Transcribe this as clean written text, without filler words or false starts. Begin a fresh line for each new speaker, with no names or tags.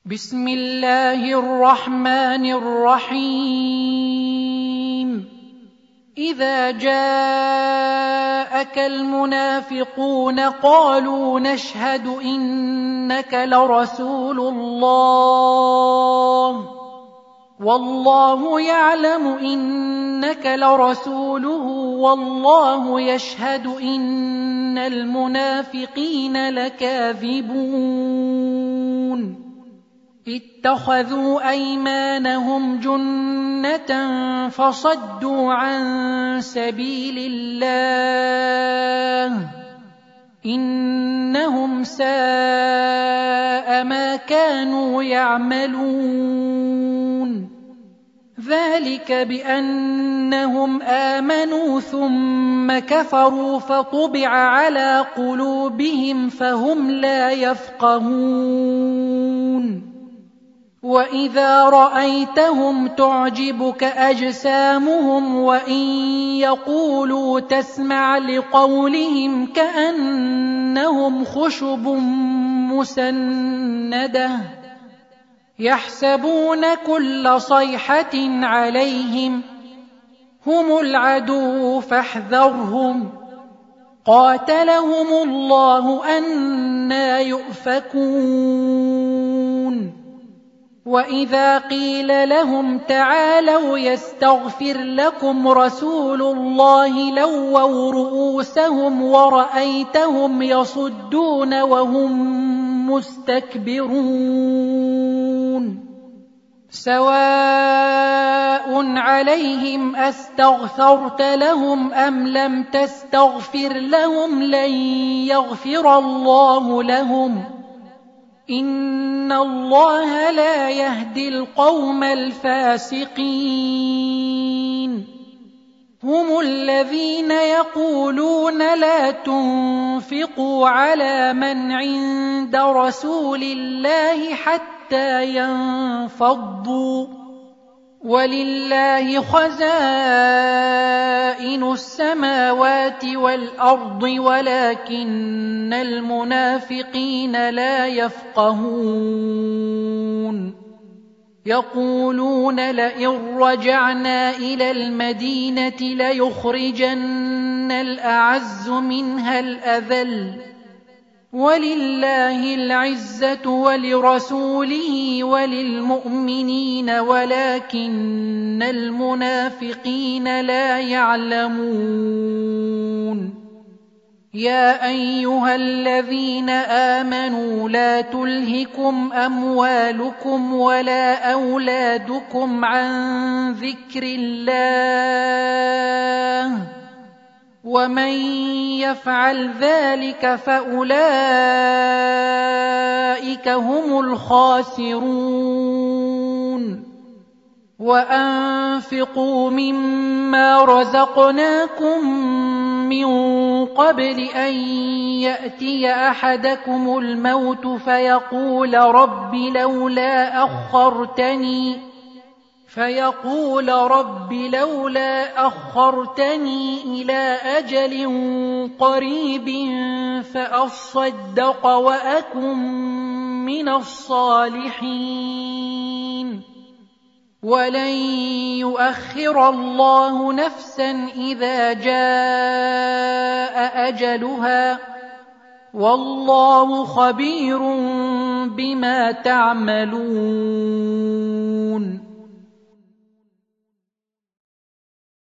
بسم الله الرحمن الرحيم. إذا جاءك المنافقون قالوا نشهد إنك لرسول الله والله يعلم إنك لرسوله والله يشهد إن المنافقين لكاذبون. اتخذوا أيمانهم جنة فصدوا عن سبيل الله إنهم ساء ما كانوا يعملون. ذلك بأنهم آمنوا ثم كفروا فطبع على قلوبهم فهم لا يفقهون. وإذا رأيتهم تعجبك أجسامهم وإن يقولوا تسمع لقولهم كأنهم خشب مسندة يحسبون كل صيحة عليهم هم العدو فاحذرهم قاتلهم الله أنى يؤفكون. وإذا قيل لهم تعالوا يستغفر لكم رسول الله لووا رؤوسهم ورأيتهم يصدون وهم مستكبرون. سواء عليهم أستغفرت لهم أم لم تستغفر لهم لن يغفر الله لهم إن الله لا يهدي القوم الفاسقين. هم الذين يقولون لا تنفقوا على من عند رسول الله حتى ينفضوا ولله خزائن السماوات والأرض ولكن المنافقين لا يفقهون. يقولون لئن رجعنا إلى المدينة ليخرجن الأعز منها الأذل ولله العزة ولرسوله وللمؤمنين ولكن المنافقين لا يعلمون. يا أيها الذين آمنوا لا تلهكم أموالكم ولا أولادكم عن ذكر الله ومن يفعل ذلك فأولئك هم الخاسرون. وأنفقوا مما رزقناكم من قبل أن يأتي أحدكم الموت فيقول رب لولا أخرتني إلى أجل قريب فأصدق وأكن من الصالحين. ولن يؤخر الله نفسا إذا جاء أجلها والله خبير بما تعملون.